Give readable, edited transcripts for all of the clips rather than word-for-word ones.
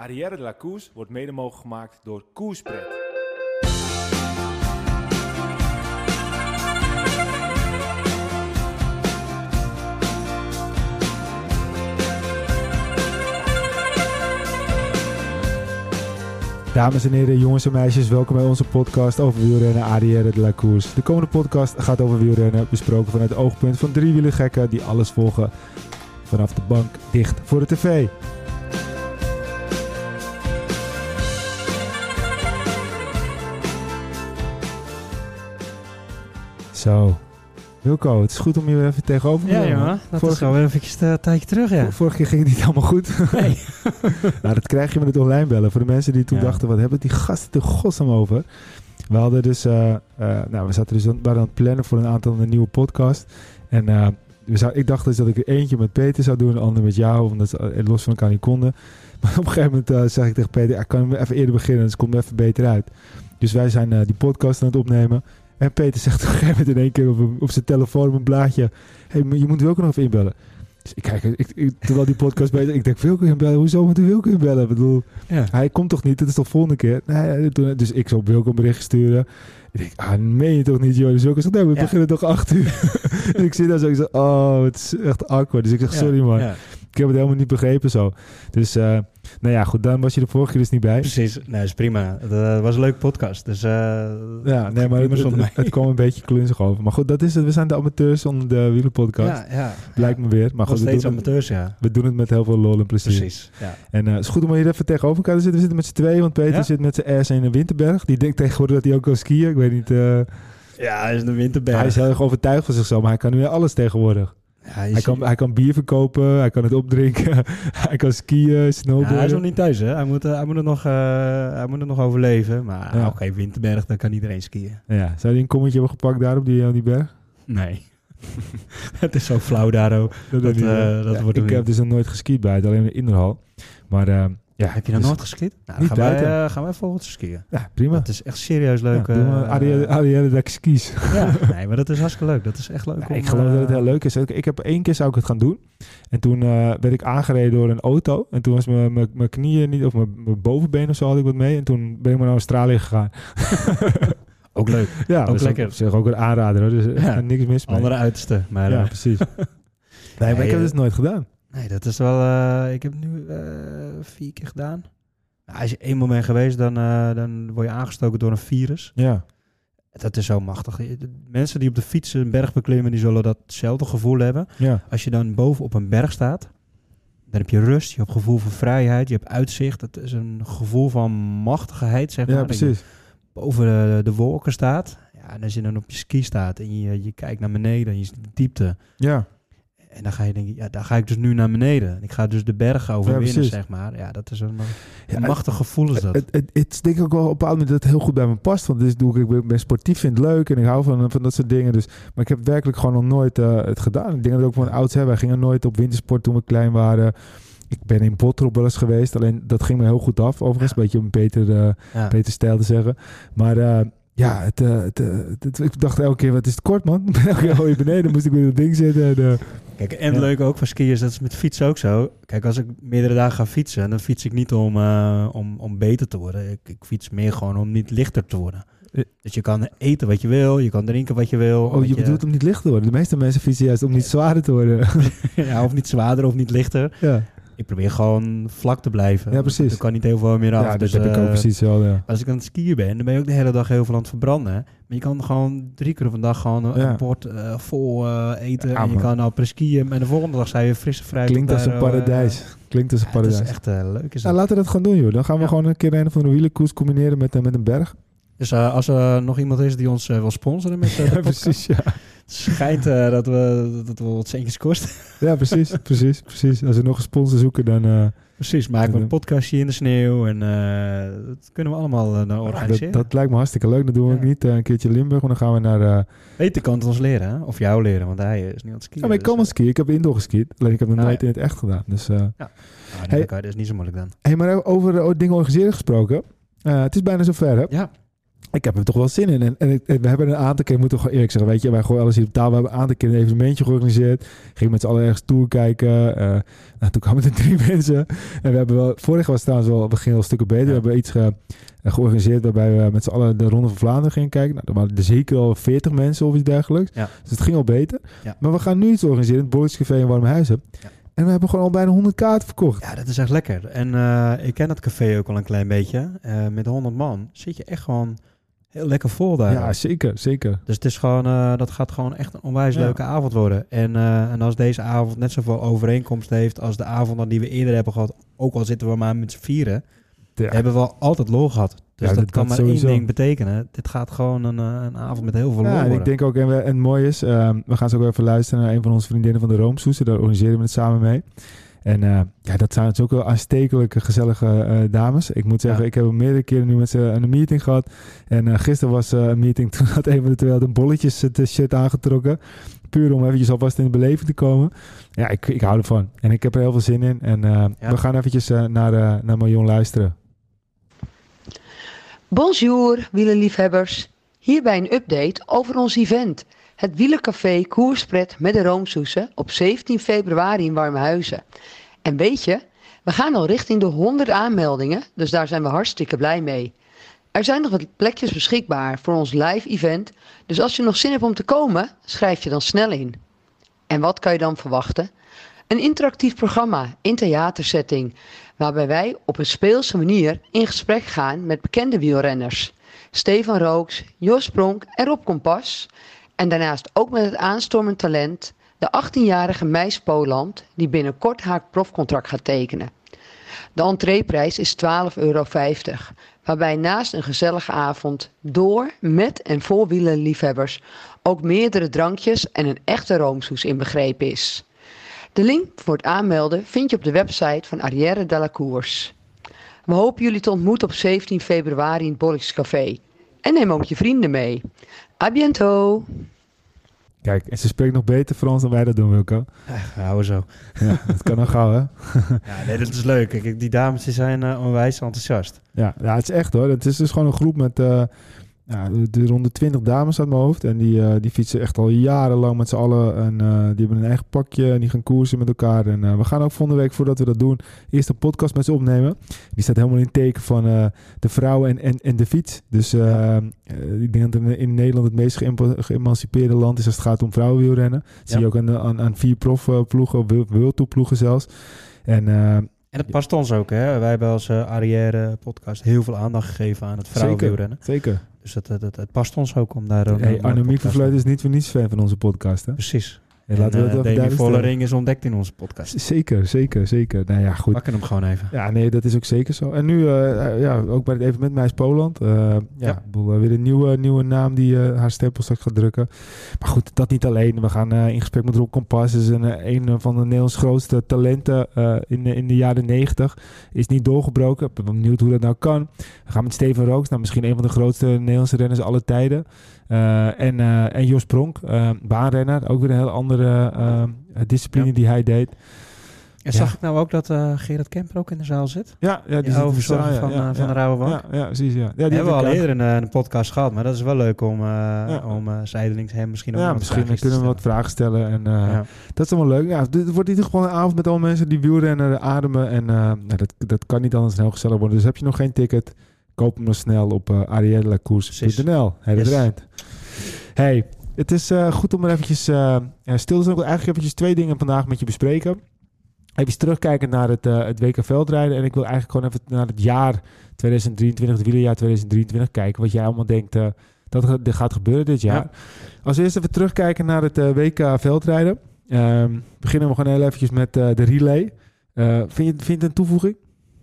Arrière de la Course wordt mede mogelijk gemaakt door Koerspret. Dames en heren, jongens en meisjes, welkom bij onze podcast over wielrennen Arrière de la Course. De komende podcast gaat over wielrennen, besproken vanuit het oogpunt van driewielergekken die alles volgen vanaf de bank dicht voor de tv. Zo, Wilco, het is goed om je weer even tegenover te Ja, jongen, dat is alweer eventjes een tijdje terug, ja. Vorige keer ging het niet allemaal goed. Nee. Nou, dat krijg je met het online bellen. Voor de mensen die toen dachten, wat hebben die gasten te godsnaam over? We hadden dus, waren aan het plannen voor een aantal nieuwe podcast. En ik dacht dus dat ik er eentje met Peter zou doen, een ander met jou, omdat ze los van elkaar niet konden. Maar op een gegeven moment zeg ik tegen Peter, ik kan even eerder beginnen, dus het komt er even beter uit. Dus wij zijn die podcast aan het opnemen. En Peter zegt op een gegeven moment in één keer op zijn telefoon op een blaadje, hey, je moet Wilco nog even inbellen. Dus ik kijk, terwijl die podcast bezig, ik denk, Wilco inbellen, hoezo moet Wilco inbellen? Ik bedoel, hij komt toch niet, dat is toch volgende keer? Nee, dus ik zou Wilco een bericht sturen. Ik denk, meen je toch niet, joh? Dus Wilco zegt, nee, we beginnen toch 8 uur. En ik zit daar zo, ik zeg, het is echt awkward. Dus ik zeg, sorry man. Ja. Ik heb het helemaal niet begrepen zo. Dus, goed, dan was je de vorige keer dus niet bij. Precies, nee, dat is prima. Dat was een leuke podcast. Dus, maar het kwam een beetje klunzig over. Maar goed, dat is het. We zijn de amateurs onder de wielerpodcast. Ja. Blijkt me weer. Maar goed, steeds amateurs, ja. We doen het met heel veel lol en plezier. Precies, ja. En het is goed om hier even tegenover elkaar te zitten. We zitten met z'n tweeën, want Peter zit met zijn ass in de Winterberg. Die denkt tegenwoordig dat hij ook kan skiën. Ik weet niet. Ja, hij is in de Winterberg. Hij is heel erg overtuigd van zichzelf, maar hij kan nu weer alles tegenwoordig. Ja, hij kan bier verkopen, hij kan het opdrinken, hij kan skiën, snowboarden. Hij is nog niet thuis, hè? Hij moet het nog overleven. Maar oké, Winterberg, dan kan iedereen skiën. Ja. Zou hij een kommetje hebben gepakt daar op die berg? Nee. Het is zo flauw daar ook. Ik heb dus nog nooit geskiet bij het, alleen in de indoorhal. Maar... heb je nou nooit geskiet? Nou, dan gaan wij volgend skieën. Ja, prima. Het is echt serieus leuk. Arrière de skis. Ja, nee, maar dat is hartstikke leuk. Dat is echt leuk. Ik geloof dat het heel leuk is. Ik heb 1 keer zou ik het gaan doen. En toen werd ik aangereden door een auto. En toen was mijn knieën niet, of mijn bovenbeen of zo had ik wat mee. En toen ben ik maar naar Australië gegaan. Ook leuk. Ja, ook lekker. Dat is ook een aanrader hoor. Dus niks mis mee. Andere uiterste. Maar, ja, precies. Nee, maar ik heb het dus nooit gedaan. Nee, dat is wel... ik heb het nu 4 keer gedaan. Nou, als je eenmaal bent geweest, dan word je aangestoken door een virus. Ja. Dat is zo machtig. Mensen die op de fiets een berg beklimmen, die zullen datzelfde gevoel hebben. Ja. Als je dan boven op een berg staat, dan heb je rust, je hebt gevoel van vrijheid, je hebt uitzicht. Dat is een gevoel van machtigheid, zeg maar. Ja, precies. Dat je boven de wolken staat. Ja, en als je dan op je ski staat en je kijkt naar beneden en je ziet de diepte. Ja. En dan ga je denken, daar ga ik dus nu naar beneden. Ik ga dus de bergen overwinnen, zeg maar. Ja, dat is een machtig gevoel is dat. Het is denk ik ook wel op een bepaald moment dat het heel goed bij me past. Want dus ik ben sportief, vind het leuk en ik hou van dat soort dingen. Dus, maar ik heb werkelijk gewoon nog nooit het gedaan. Ik denk dat ook van ouders hebben. Wij gingen nooit op wintersport toen we klein waren. Ik ben in Bottrop wel eens geweest. Alleen dat ging me heel goed af. Overigens, een beetje om Peter stijl te zeggen. Maar... ik dacht elke keer, wat is het kort, man? Elke keer gooi je beneden, moest ik weer op het ding zitten. Kijk, en het leuke ook van skiën is, dat is met fietsen ook zo. Kijk, als ik meerdere dagen ga fietsen, dan fiets ik niet om beter te worden. Ik fiets meer gewoon om niet lichter te worden. Dus je kan eten wat je wil, je kan drinken wat je wil. Oh, je bedoelt om niet lichter te worden? De meeste mensen fietsen juist om niet zwaarder te worden. Ja, of niet zwaarder of niet lichter. Ja. Ik probeer gewoon vlak te blijven. Ja, precies. Er kan niet heel veel meer af. Ja, dus heb ik ook precies wel, ja. Als ik aan het skiën ben, dan ben je ook de hele dag heel veel aan het verbranden. Hè? Maar je kan gewoon 3 keer op een dag gewoon een bord vol eten. Ja, en je kan nou skiën. En de volgende dag zijn je frisse vrij. Klinkt als een paradijs. Klinkt als een paradijs. Dat is echt leuk. Is laten we dat gaan doen, joh. Dan gaan we gewoon een keer een van de wielerkoers combineren met een berg. Dus als er nog iemand is die ons wil sponsoren met de podcast. Precies, ja. Het schijnt dat we wat centjes kosten. Ja, precies. Als we nog een sponsor zoeken, dan... Precies, maken we een podcastje in de sneeuw en dat kunnen we allemaal organiseren. Dat lijkt me hartstikke leuk. Dat doen we ook niet een keertje Limburg, maar dan gaan we naar... Peter kan het ons leren, hè? Of jou leren, want hij is niet aan het skiën. Ja, maar ik kan wel skiën. Ik heb indoor geskiet. Alleen ik heb het nooit in het echt gedaan. Dus, dat is niet zo moeilijk dan. Maar over dingen organiseren gesproken. Het is bijna zover, hè? Ja. ik heb er toch wel zin in. En we hebben een aantal keer, moeten we gewoon eerlijk zeggen, weet je, wij gooien alles hier op tafel. We hebben een aantal keer een evenementje georganiseerd. Gingen met z'n allen ergens tour kijken. Toen kwamen er 3 mensen. En we hebben wel, vorig was trouwens wel, we gingen wel stukken beter. We hebben iets georganiseerd waarbij we met z'n allen de Ronde van Vlaanderen gingen kijken. Nou, er waren er zeker al 40 mensen of iets dergelijks. Ja. Dus het ging al beter. Ja. Maar we gaan nu iets organiseren in het Bolletscafé in Warmhuizen. Ja. En we hebben gewoon al bijna 100 kaarten verkocht. Ja, dat is echt lekker. En ik ken het café ook al een klein beetje. Met 100 man zit je echt gewoon heel lekker vol daar. Ja, zeker, zeker. Dus het is gewoon, dat gaat gewoon echt een onwijs leuke avond worden. En als deze avond net zoveel overeenkomst heeft als de avonden die we eerder hebben gehad, ook al zitten we maar met z'n vieren, hebben we altijd lol gehad. Dus dat kan maar sowieso 1 ding betekenen. Dit gaat gewoon een avond met heel veel lol worden. Ik denk ook, en het mooie is, we gaan zo ook even luisteren naar een van onze vriendinnen van de Roomsoezen. Daar organiseren we het samen mee. En dat zijn ook wel aanstekelijke, gezellige dames. Ik moet zeggen, ik heb meerdere keren nu met ze een meeting gehad. En gisteren was een meeting, toen had een van de 2 een bolletjes shirt aangetrokken. Puur om eventjes alvast in de beleving te komen. Ja, ik hou ervan. En ik heb er heel veel zin in. En we gaan eventjes naar Marion luisteren. Bonjour, wielerliefhebbers. Hierbij een update over ons event. Het wielercafé Koerspret met de Roomsoezen op 17 februari in Warmhuizen. En weet je, we gaan al richting de 100 aanmeldingen, dus daar zijn we hartstikke blij mee. Er zijn nog wat plekjes beschikbaar voor ons live event, dus als je nog zin hebt om te komen, schrijf je dan snel in. En wat kan je dan verwachten? Een interactief programma in theatersetting, waarbij wij op een speelse manier in gesprek gaan met bekende wielrenners. Stefan Rooks, Jos Pronk en Rob Kompas. En daarnaast ook met het aanstormend talent, de 18-jarige Meis Poland, die binnenkort haar profcontract gaat tekenen. De entreeprijs is €12,50, waarbij naast een gezellige avond door, met en voor wielerliefhebbers ook meerdere drankjes en een echte roomsoes inbegrepen is. De link voor het aanmelden vind je op de website van Arrière de la Course. We hopen jullie te ontmoeten op 17 februari in het Bolletscafé. En neem ook je vrienden mee. A bientôt! Kijk, en ze spreekt nog beter Frans dan wij dat doen, Wilco. Ja, houden zo. Ja, dat kan nog gauw, hè? Ja, nee, dat is leuk. Kijk, die dames die zijn onwijs enthousiast. Ja, het is echt hoor. Het is dus gewoon een groep met rond de 20 dames uit mijn hoofd. En die fietsen echt al jarenlang met z'n allen. En die hebben een eigen pakje en die gaan koersen met elkaar. En we gaan ook volgende week, voordat we dat doen, eerst een podcast met ze opnemen. Die staat helemaal in het teken van de vrouwen en de fiets. Dus ik denk dat in Nederland het meest geëmancipeerde land is als het gaat om vrouwenwielrennen. Dat zie je ook aan 4 profploegen, World Tour ploegen zelfs. En dat past ons ook, hè? Wij hebben als Arrière podcast heel veel aandacht gegeven aan het vrouwenwielrennen. Zeker. Dus het past ons ook om daar... Annemiek Vervleuten is niet voor niets fan van onze podcast, hè? Precies. En Davy Vollering is ontdekt in onze podcast. Zeker. Nou ja, goed. Pakken hem gewoon even. Ja, nee, dat is ook zeker zo. En nu, ook bij het evenement Meis Poland. Weer een nieuwe naam die haar stempel straks gaat drukken. Maar goed, dat niet alleen. We gaan in gesprek met Rob Kompas. Is een van de Nederlands grootste talenten in de jaren 90. Is niet doorgebroken. Ik ben benieuwd hoe dat nou kan. We gaan met Stefan Rooks. Nou, misschien een van de grootste Nederlandse renners aller tijden. En Jos Pronk, baanrenner. Ook weer een heel andere discipline die hij deed. En zag ik nou ook dat Gerard Kemper ook in de zaal zit? Ja, die overzorger van de Rauwe Bank. Ja, precies. Ja. Die hebben we al eerder een podcast gehad, maar dat is wel leuk om zijdelings hem misschien ook misschien kunnen we wat vragen stellen. En dat is allemaal leuk. Ja, het wordt in ieder geval een avond met alle mensen die wielrennen, ademen. En dat kan niet anders dan heel gezellig worden. Dus heb je nog geen ticket, koop hem nog snel op arrièredelacourse.nl. Hey, het is goed om er eventjes stil te zijn. Ik wil eigenlijk eventjes 2 dingen vandaag met je bespreken. Even terugkijken naar het WK veldrijden. En ik wil eigenlijk gewoon even naar het jaar 2023, het wielerjaar 2023 kijken. Wat jij allemaal denkt dat er gaat gebeuren dit jaar. Ja. Als eerst even terugkijken naar het WK veldrijden. Beginnen we gewoon heel eventjes met de relay. Vind je het een toevoeging?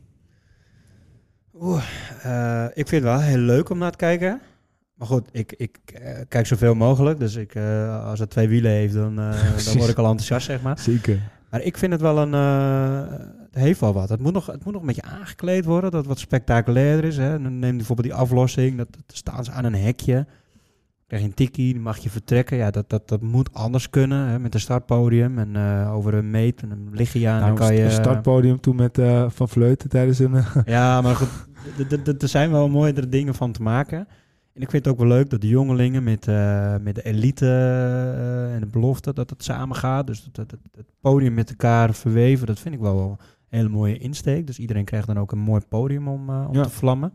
Ik vind het wel heel leuk om naar te kijken. Maar goed, ik kijk zoveel mogelijk. Dus als het 2 wielen heeft, dan word ik al enthousiast, zeg maar. Zeker. Maar ik vind het wel het heeft wel wat. Het moet nog een beetje aangekleed worden, dat het wat spectaculairder is. Hè. Dan neem bijvoorbeeld die aflossing, dat staan ze aan een hekje. Krijg je een tikkie, dan mag je vertrekken. Ja, dat moet anders kunnen, hè, met een startpodium en over een meet en een lichtje aan. Nou, dan kan je een startpodium toen met Van Vleuten tijdens een... Ja, maar goed, er zijn wel mooiere dingen van te maken. En ik vind het ook wel leuk dat de jongelingen met de elite en de belofte, dat het samen gaat. Dus het podium met elkaar verweven, dat vind ik wel een hele mooie insteek. Dus iedereen krijgt dan ook een mooi podium om te vlammen.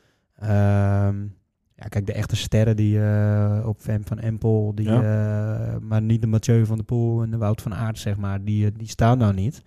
Kijk, de echte sterren die op Fem van Empel, maar niet de Mathieu van der Poel en de Wout van Aert, zeg maar, die staan nou niet.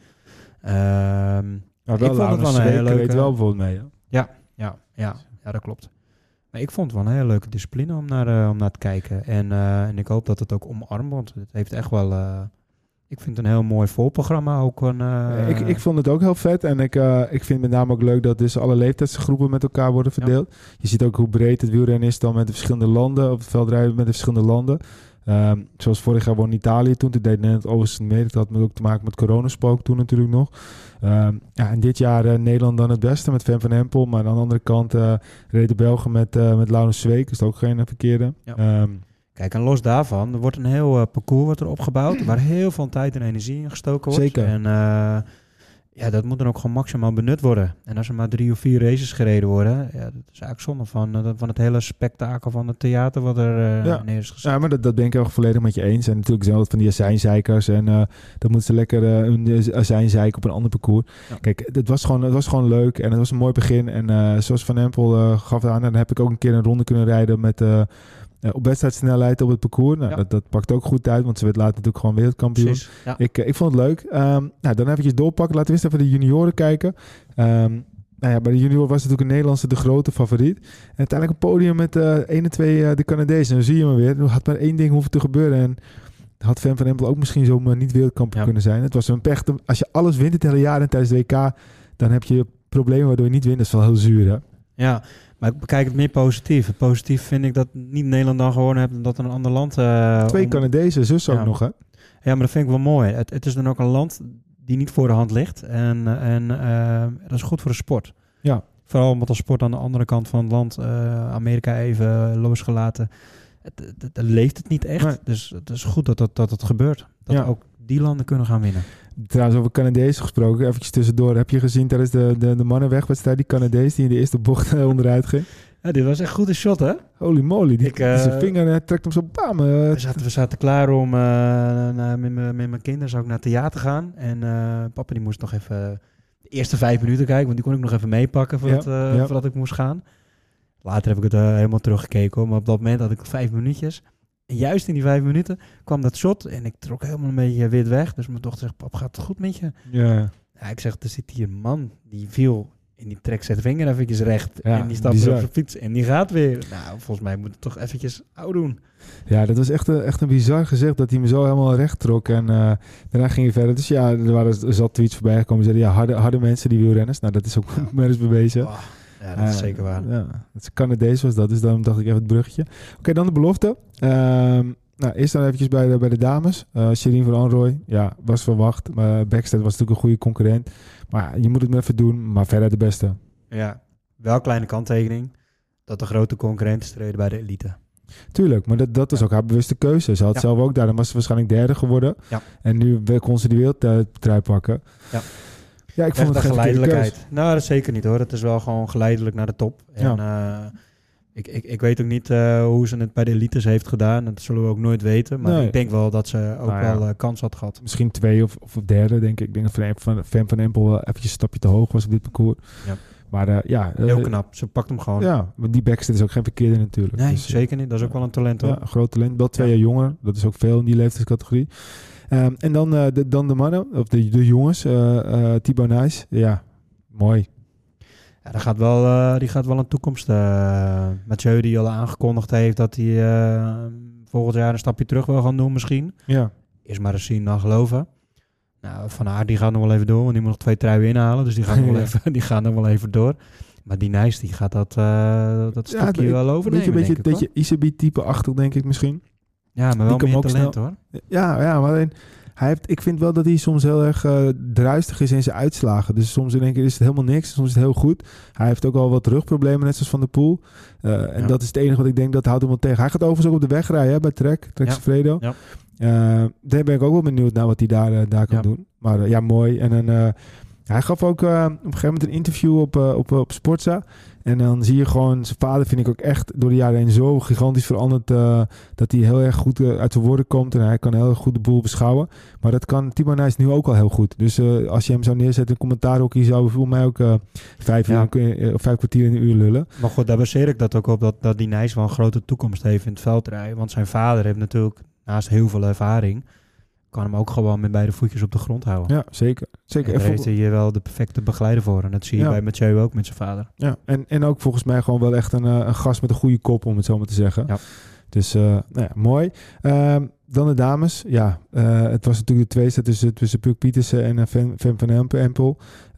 Ik vond het wel een hele leuke... wel bijvoorbeeld mee, hè? Ja, dat klopt. Maar ik vond het wel een hele leuke discipline om naar te kijken. En ik hoop dat het ook omarmt, want het heeft echt wel... ik vind het een heel mooi voorprogramma ook. Ik vond het ook heel vet. En ik vind met name ook leuk dat dus alle leeftijdsgroepen met elkaar worden verdeeld. Ja. Je ziet ook hoe breed het wielrennen is dan met de verschillende landen. Op het veldrijden met de verschillende landen. Zoals vorig jaar won Italië toen deed Nederland overigens mee. Dat had ook te maken met coronaspook toen natuurlijk nog. En dit jaar Nederland dan het beste met Fem van Empel. Maar aan de andere kant reed de Belgen met Laurens Sweeck. Dus ook geen verkeerde. Ja. Kijk, en los daarvan, er wordt een heel parcours er opgebouwd, waar heel veel tijd en energie in gestoken wordt. Zeker. En dat moet dan ook gewoon maximaal benut worden. En als er maar 3 of 4 races gereden worden, dat is eigenlijk zonde van het hele spektakel van het theater wat er neer is gezet. Ja, maar dat ben ik ook volledig met je eens. En natuurlijk zijn dat van die azijnzeikers en dan moeten ze lekker een azijn zeiken op een ander parcours. Ja. Kijk, het was gewoon leuk en het was een mooi begin. En zoals Van Empel gaf aan, dan heb ik ook een keer een ronde kunnen rijden met... op wedstrijdsnelheid op het parcours. Nou, dat pakt ook goed uit, want ze werd later natuurlijk gewoon wereldkampioen. Precies, ja. Ik vond het leuk. Dan eventjes doorpakken. Laten we eens even de junioren kijken. Bij de junior was natuurlijk een Nederlandse de grote favoriet. En uiteindelijk een podium met 1 en 2 de Canadezen. En dan zie je hem weer. Er had maar 1 ding hoeven te gebeuren. En had Fem van Empel ook misschien zo niet wereldkampioen kunnen zijn. Het was een pech. Als je alles wint het hele jaar en tijdens de WK, dan heb je problemen waardoor je niet wint. Dat is wel heel zuur, hè? Ja, maar ik bekijk het meer positief. Positief vind ik dat niet Nederland dan gewoon hebt en dat een ander land... 2 Canadezen, zus ook nog, hè? Ja, maar dat vind ik wel mooi. Het is dan ook een land die niet voor de hand ligt. En dat is goed voor de sport. Ja. Vooral omdat de sport aan de andere kant van het land, Amerika even losgelaten, het leeft het niet echt. Nee. Dus het is goed dat het gebeurt. Dat ook die landen kunnen gaan winnen. Trouwens, over Canadezen gesproken, eventjes tussendoor. Heb je gezien tijdens de mannenwegwedstrijd die Canadees die in de eerste bocht onderuit ging? Ja, dit was echt goed een shot, hè? Holy moly, zijn vinger trekt hem zo bam. We zaten klaar om met mijn kinderen zou ik naar het theater gaan. En papa die moest nog even de eerste 5 minuten kijken, want die kon ik nog even meepakken voordat ik moest gaan. Later heb ik het helemaal teruggekeken, hoor. Maar op dat moment had ik 5 minuutjes. En juist in die 5 minuten kwam dat shot en ik trok helemaal een beetje wit weg. Dus mijn dochter zegt, pap, gaat het goed met je? Ja. Ik zeg, er zit hier een man die viel en die trekt zijn vinger eventjes recht. Ja, en die stapt weer op zijn fiets en die gaat weer. Nou, volgens mij moet het toch eventjes oud doen. Ja, dat was echt een bizar gezicht dat hij me zo helemaal recht trok. En daarna ging hij verder. Dus ja, er zat tweets voorbij gekomen. Zeiden, ja, harde mensen die wielrenners. Nou, dat is ook maar eens bewezen. Oh. Ja, dat is zeker waar. Ja, het is Canadees was dat, dus daarom dacht ik even het bruggetje. Oké, dan de belofte. Eerst dan eventjes bij de dames. Shireen van Anrooy, ja, was verwacht. Backstead was natuurlijk een goede concurrent. Maar je moet het maar even doen, maar verder de beste. Ja, wel een kleine kanttekening. Dat de grote concurrenten streden bij de elite. Tuurlijk, maar dat was ook haar bewuste keuze. Ze had zelf ook daar, dan was ze waarschijnlijk 3e geworden. Ja. En nu kon ze die wereldtrui pakken. Ja. Ja, ik vond het geleidelijkheid. Nou, dat is zeker niet, hoor. Het is wel gewoon geleidelijk naar de top. En ik weet ook niet hoe ze het bij de elites heeft gedaan. Dat zullen we ook nooit weten. Maar ik denk wel dat ze ook wel kans had gehad. Misschien 2 of 3e, denk ik. Ik denk dat Fem van Empel wel eventjes een stapje te hoog was op dit parcours. Ja. Maar heel knap. Ze pakt hem gewoon. Ja, maar die Backstead is ook geen verkeerde natuurlijk. Nee, dus, zeker niet. Dat is ook wel een talent, hoor. Ja, een groot talent. Wel 2 jaar jonger. Dat is ook veel in die leeftijdscategorie. En dan de mannen, of de jongens. Thibaut Nys. Ja, mooi. Ja, die gaat wel een toekomst. Mathieu die al aangekondigd heeft dat hij volgend jaar een stapje terug wil gaan doen misschien. Ja. Eerst maar eens zien dan geloven. Nou, Van Aert die gaat nog wel even door, want die moet nog 2 truien inhalen. Dus die gaan nog wel even door. Maar die Nys die gaat dat stukje wel overnemen. Een beetje ICB-type-achtig, denk ik misschien. Ja, maar wel meer talent, hoor. Ja, maar ik vind wel dat hij soms heel erg druistig is in zijn uitslagen. Dus soms in één keer is het helemaal niks. Soms is het heel goed. Hij heeft ook al wat rugproblemen, net zoals Van der Poel. En dat is het enige wat ik denk, dat houdt hem wel tegen. Hij gaat overigens ook op de weg rijden, bij Trek Segafredo. Ja. Daar ben ik ook wel benieuwd naar wat hij daar kan doen. Maar mooi. En dan Hij gaf ook op een gegeven moment een interview op Sportza. En dan zie je gewoon, zijn vader vind ik ook echt door de jaren heen zo gigantisch veranderd. Dat hij heel erg goed uit zijn woorden komt. En hij kan heel erg goed de boel beschouwen. Maar dat kan Timo Nijs nu ook al heel goed. Dus als je hem zou neerzetten in commentaarhockey, zou voor mij ook 5 kwartier in een uur lullen. Maar goed, daar baseer ik dat ook op dat die Nijs wel een grote toekomst heeft in het veldrijden. Want zijn vader heeft natuurlijk naast heel veel ervaring, kan hem ook gewoon met beide voetjes op de grond houden. Ja, zeker. En daar heeft hij wel de perfecte begeleider voor. En dat zie je bij Mathieu ook met zijn vader. Ja, en ook volgens mij gewoon wel echt een gast met een goede kop, om het zo maar te zeggen. Ja. Dus, mooi. Dan de dames. Ja, het was natuurlijk de tweestrijd tussen Puk Pietersen en Fem van Empel.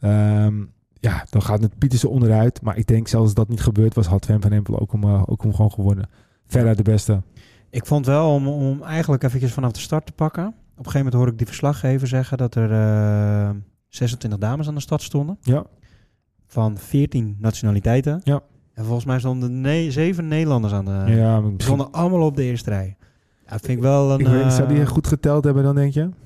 Dan gaat het Pietersen onderuit. Maar ik denk, zelfs als dat niet gebeurd was, had Fem van Empel ook om gewoon gewonnen. Veruit de beste. Ik vond wel, om eigenlijk eventjes vanaf de start te pakken. Op een gegeven moment hoor ik die verslaggever zeggen dat er 26 dames aan de start stonden. Ja. Van 14 nationaliteiten. Ja. En volgens mij stonden 7 Nederlanders aan de... Ja, die stonden allemaal op de eerste rij. Ja, dat vind ik wel een... Ik weet, zou die goed geteld hebben dan, denk je?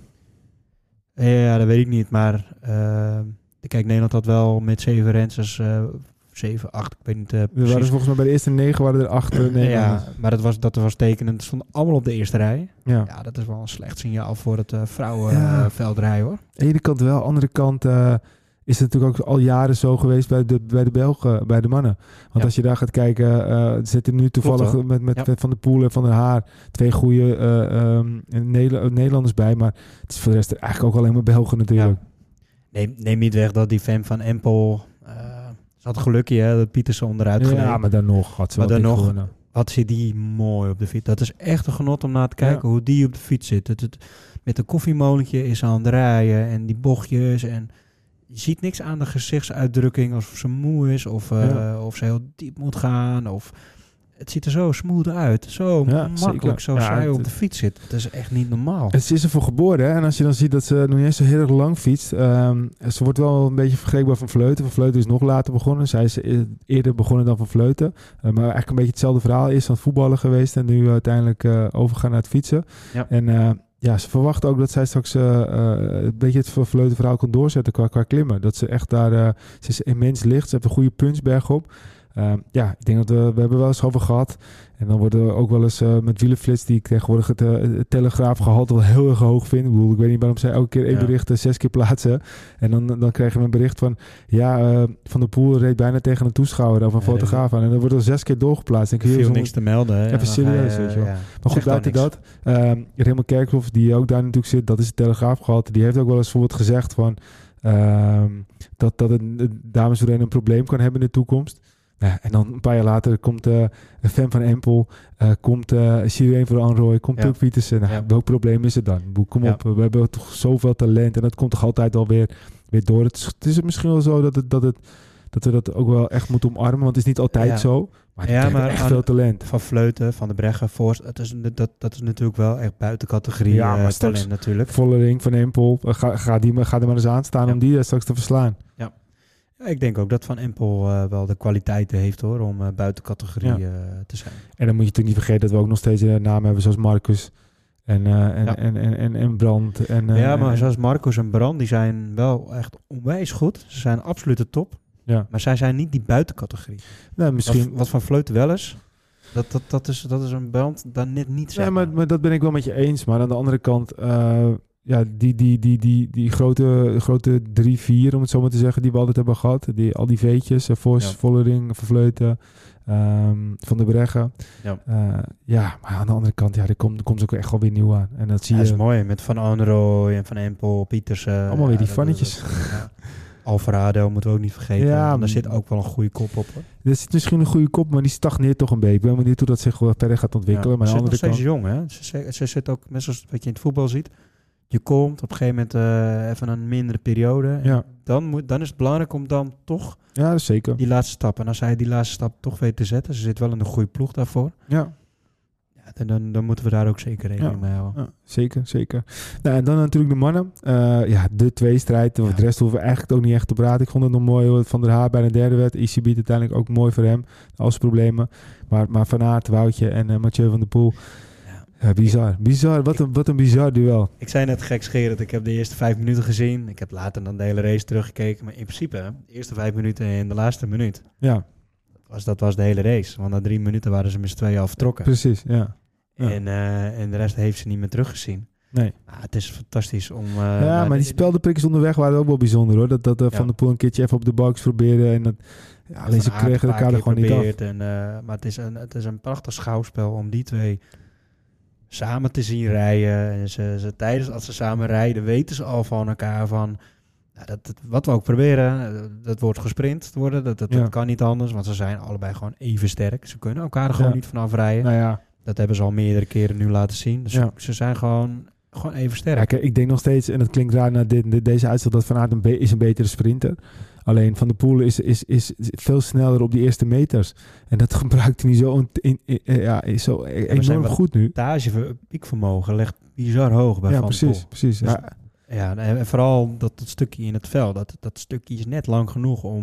Ja, dat weet ik niet. Maar kijk, Nederland had wel met 7 rensters... 7, 8, ik weet niet precies. Waren volgens mij bij de eerste 9 waren er 8 Nederlanders. Ja, maar dat was tekenend. Ze stonden allemaal op de eerste rij. Ja, dat is wel een slecht signaal voor het vrouwenveldrijden, hoor. Aan de ene kant wel, aan de andere kant is het natuurlijk ook al jaren zo geweest bij de Belgen, bij de mannen. Want als je daar gaat kijken, er zitten nu toevallig met Van der Poel en Van der Haar 2 goede Nederlanders bij. Maar het is voor de rest eigenlijk ook alleen maar Belgen natuurlijk. Ja. Neem niet weg dat die Fem van Empel... Ze had gelukje, hè, dat Pietersen onderuit gereden. Ja, maar dan nog had ze wel gewonnen. Wat zit die mooi op de fiets. Dat is echt een genot om naar te kijken hoe die op de fiets zit. Met een koffiemolentje is ze aan het rijden en die bochtjes. En je ziet niks aan de gezichtsuitdrukking alsof ze moe is of ze heel diep moet gaan. Of het ziet er zo smooth uit. Zo makkelijk zoals zij op de fiets zit. Dat is echt niet normaal. Ze is ervoor geboren. Hè? En als je dan ziet dat ze nog niet eens zo heel erg lang fietst. Ze wordt wel een beetje vergelijkbaar van Vleuten. Van Vleuten is nog later begonnen. Zij is eerder begonnen dan van Vleuten. Maar eigenlijk een beetje hetzelfde verhaal. Eerst aan het voetballen geweest. En nu uiteindelijk overgaan naar het fietsen. Ja. En ze verwacht ook dat zij straks een beetje het Vleuten verhaal kan doorzetten qua klimmen. Dat ze echt daar... ze is immens licht. Ze heeft een goede punchberg op. Ik denk dat we hebben wel eens over gehad. En dan worden we ook wel eens met wielenflits, die ik tegenwoordig het telegraafgehalte wel heel erg hoog vind. Ik weet niet waarom zij elke keer 1 bericht 6 keer plaatsen. En dan krijgen we een bericht van... Van der Poel reed bijna tegen een toeschouwer of een fotograaf aan. En dan wordt er 6 keer doorgeplaatst. Er viel niks te melden. Hè? Even serieus, weet je wel. Maar goed, buiten dat. Raymond Kerkhoff, die ook daar natuurlijk zit, dat is het telegraafgehalte. Die heeft ook wel eens bijvoorbeeld gezegd van... dat het dameswielrennen een probleem kan hebben in de toekomst. Ja, en dan een paar jaar later komt Fem van Empel, komt Sirene van Anrooy, komt Puk Pietersen. Welk probleem is het dan? Kom op, we hebben toch zoveel talent en dat komt toch altijd wel weer door. Het is misschien wel zo dat we dat ook wel echt moeten omarmen, want het is niet altijd zo. Maar echt veel talent. Van Vleuten, Van der Breggen, Forst, dat is natuurlijk wel echt buiten categorie talent natuurlijk. Vollering, Van Empel, ga er maar eens aan staan om die straks te verslaan. Ja. Ja, ik denk ook dat Van Empel wel de kwaliteiten heeft hoor, om buiten categorie te zijn. En dan moet je natuurlijk niet vergeten dat we ook nog steeds namen hebben zoals Marcus en Brand. Maar zoals Marcus en Brand, die zijn wel echt onwijs goed. Ze zijn absoluut de top. Ja. Maar zij zijn niet die buitencategorie. Nou, misschien... wat Van Vleuten wel is, dat is een Brand dan net niet. Ja, maar dat ben ik wel met je eens. Maar aan de andere kant... die grote 3-4, om het zo maar te zeggen, die we altijd hebben gehad. Al die veetjes, Vos, Vollering, Van Vleuten, Van der Breggen. Maar aan de andere kant, er komt ook echt wel weer nieuw aan. En dat zie je. Dat is mooi, met Van Anrooy en Van Empel, Pietersen. Allemaal weer die fannetjes. Alvarado moeten we ook niet vergeten. Ja, daar zit ook wel een goede kop op. Hoor. Er zit misschien een goede kop, maar die stagneert toch een beetje. Ik ben benieuwd hoe dat zich wel verder gaat ontwikkelen. Maar ze is nog steeds jong, hè? Ze zit ook, net zoals wat je in het voetbal ziet. Je komt op een gegeven moment even een mindere periode. Ja. Dan is het belangrijk om dan toch zeker. Die laatste stap. En als zij die laatste stap toch weet te zetten. Ze zit wel in een goede ploeg daarvoor. Ja. Dan moeten we daar ook zeker rekening mee houden. Ja, zeker. Nou, en dan natuurlijk de mannen. De tweestrijd. De rest hoeven we eigenlijk ook niet echt te praten. Ik vond het nog mooi hoe het Van der Haar bij een derde werd. ICB uiteindelijk ook mooi voor hem. Als problemen. Maar Van Aert, Woutje en Mathieu van der Poel. Ja, bizar. Wat een bizar duel. Ik zei net gekscherend, ik heb de eerste 5 minuten gezien. Ik heb later dan de hele race teruggekeken. Maar in principe, de eerste 5 minuten en de laatste minuut. Ja, Dat was de hele race. Want na 3 minuten waren ze met z'n tweeën al vertrokken. precies, ja. En de rest heeft ze niet meer teruggezien. Nee. Het is fantastisch om... Maar die speldenprikjes onderweg waren ook wel bijzonder, hoor. Dat Van der Poel een keertje even op de box probeerde. En alleen ze kregen elkaar er gewoon niet af. Maar het is een prachtig schouwspel om die twee samen te zien rijden. En tijdens als ze samen rijden, weten ze al van elkaar van... wat we ook proberen, dat wordt gesprint worden. Dat kan niet anders, want ze zijn allebei gewoon even sterk. Ze kunnen elkaar er gewoon niet vanaf rijden. Nou ja. Dat hebben ze al meerdere keren nu laten zien. Dus ze zijn gewoon even sterk. Ja, kijk, ik denk nog steeds, en dat klinkt raar na deze uitslag, dat Van Aert is een betere sprinter. Alleen Van der Poel is veel sneller op die eerste meters. En dat gebruikt hij niet zo enorm goed nu. Het piekvermogen ligt bizar hoog bij Van der Poel. Precies. Dus, en vooral dat stukje in het veld. Dat stukje is net lang genoeg om...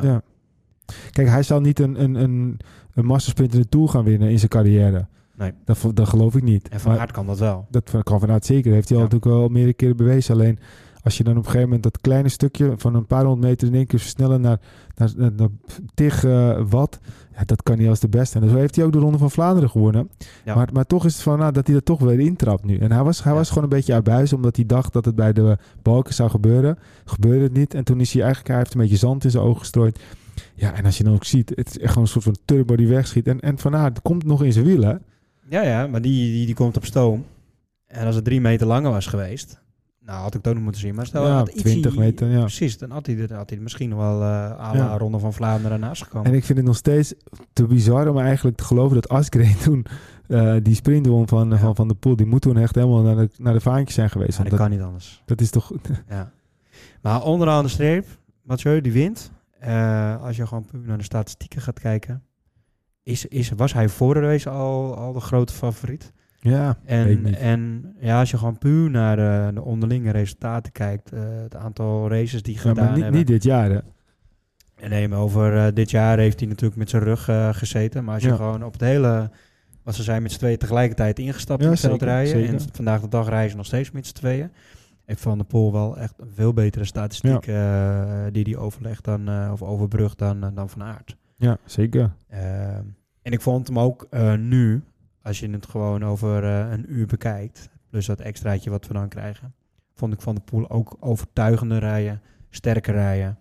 Kijk, hij zal niet een mastersprint in de Tour gaan winnen in zijn carrière. Nee. Dat geloof ik niet. En Van Aert kan dat wel. Dat kan Van Aert zeker. Heeft hij al natuurlijk al meerdere keren bewezen. Alleen als je dan op een gegeven moment dat kleine stukje van een paar 100 meter in één keer versnellen naar tig watt. Ja, dat kan hij als de beste. En zo heeft hij ook de Ronde van Vlaanderen gewonnen. Ja. Maar toch is het van dat hij er toch weer intrapt nu. En hij was gewoon een beetje uitbuizen omdat hij dacht dat het bij de balken zou gebeuren. Gebeurde het niet. En toen is hij heeft een beetje zand in zijn ogen gestrooid. Ja, en als je dan ook ziet, het is echt gewoon een soort van turbo die wegschiet. En Van Aert komt nog in zijn wiel, hè? Ja, maar die komt op stoom. En als het 3 meter langer was geweest, nou had ik het ook nog moeten zien. Maar stel 20 meter, ja. Precies, dan had hij misschien wel à la Ronde van Vlaanderen naast gekomen. En ik vind het nog steeds te bizar om eigenlijk te geloven dat Asgreen toen die sprint won van der Poel. Die moet toen echt helemaal naar de vaantjes zijn geweest. Ja, dat kan niet anders. Dat is toch... Ja. Maar onderaan de streep, Mathieu die wint. Als je gewoon puur naar de statistieken gaat kijken, was hij voor de race al de grote favoriet. Ja, en als je gewoon puur naar de onderlinge resultaten kijkt, het aantal races die gedaan hebben. Niet dit jaar, hè? Nee, maar over dit jaar heeft hij natuurlijk met zijn rug gezeten. Maar als je gewoon op het hele... Want ze zijn met z'n tweeën tegelijkertijd ingestapt in het veldrijden. Zeker. En vandaag de dag reizen nog steeds met z'n tweeën. Heeft Van der Poel wel echt een veel betere statistiek die hij overlegt of overbrugt dan Van Aert. Ja, zeker. En ik vond hem ook nu, als je het gewoon over een uur bekijkt, plus dat extraatje wat we dan krijgen, vond ik Van der Poel ook overtuigender rijden, sterker rijden.